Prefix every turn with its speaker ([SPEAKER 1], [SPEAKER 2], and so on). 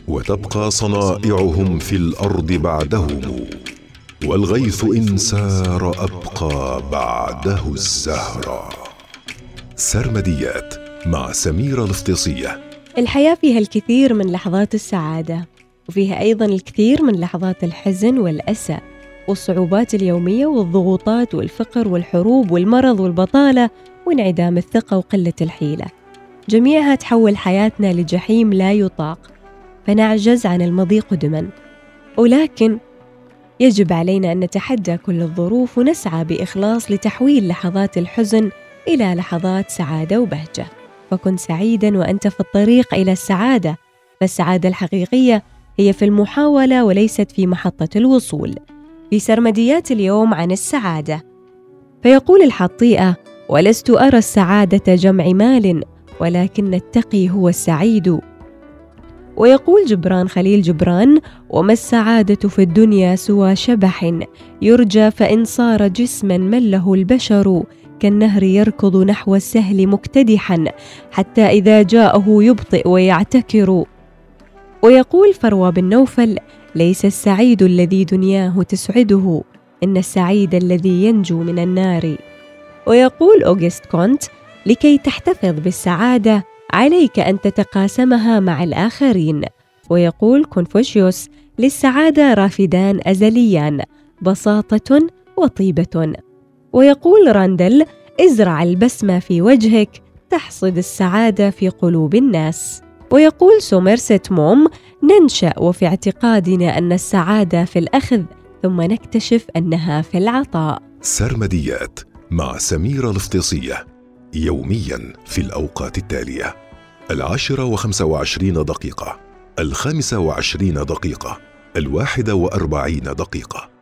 [SPEAKER 1] وتبقى صنائعهم في الأرض بعدهم، والغيث إن سار أبقى بعده الزهرة. سرمديات مع سميرة الافتصية.
[SPEAKER 2] الحياة فيها الكثير من لحظات السعادة، وفيها أيضاً الكثير من لحظات الحزن والأسى والصعوبات اليومية والضغوطات والفقر والحروب والمرض والبطالة وانعدام الثقة وقلة الحيلة. جميعها تحول حياتنا لجحيم لا يطاق، فنعجز عن المضي قدماً. ولكن يجب علينا أن نتحدى كل الظروف ونسعى بإخلاص لتحويل لحظات الحزن إلى لحظات سعادة وبهجة. فكن سعيداً وأنت في الطريق إلى السعادة، فالسعادة الحقيقية هي في المحاولة وليست في محطة الوصول. في سرمديات اليوم عن السعادة، فيقول الحطيئة: ولست أرى السعادة جمع مال، ولكن التقي هو السعيد. ويقول جبران خليل جبران: وما السعادة في الدنيا سوى شبح يرجى، فإن صار جسما مله البشر كالنهر يركض نحو السهل مكتدحا، حتى إذا جاءه يبطئ ويعتكر. ويقول فروى بن نوفل: ليس السعيد الذي دنياه تسعده، إن السعيد الذي ينجو من النار. ويقول أوغست كونت: لكي تحتفظ بالسعادة عليك أن تتقاسمها مع الآخرين. ويقول كونفوشيوس: للسعادة رافدان أزليان، بساطة وطيبة. ويقول راندل: ازرع البسمة في وجهك تحصد السعادة في قلوب الناس. ويقول سومرست موم: ننشأ وفي اعتقادنا أن السعادة في الأخذ، ثم نكتشف أنها في العطاء.
[SPEAKER 1] سرمديات مع سميرة الافتصية، يومياً في الأوقات التالية: 10:25 دقيقة، 25 دقيقة، 41 دقيقة.